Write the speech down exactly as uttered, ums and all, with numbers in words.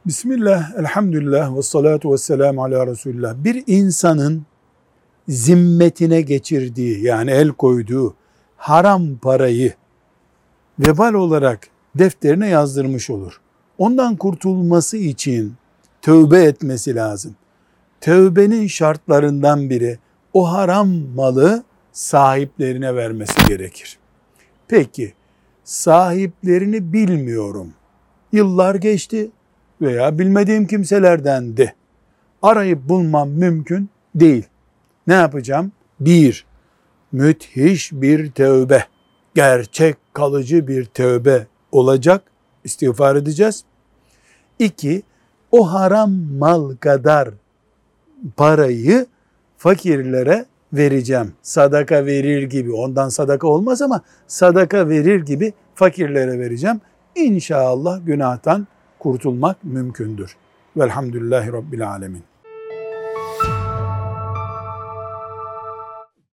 Bismillah, elhamdülillah ve salatu ve selamu ala Resulullah. Bir insanın zimmetine geçirdiği, yani el koyduğu haram parayı vebal olarak defterine yazdırmış olur. Ondan kurtulması için tövbe etmesi lazım. Tövbenin şartlarından biri o haram malı sahiplerine vermesi gerekir. Peki, sahiplerini bilmiyorum. Yıllar geçti veya bilmediğim kimselerdendi. Arayıp bulmam mümkün değil. Ne yapacağım? Bir, müthiş bir tövbe, gerçek kalıcı bir tövbe olacak. İstiğfar edeceğiz. İki, o haram mal kadar parayı fakirlere vereceğim. Sadaka verir gibi, ondan sadaka olmaz ama sadaka verir gibi fakirlere vereceğim. İnşallah günahtan kurtulmak mümkündür. Velhamdülillahi Rabbil Alemin.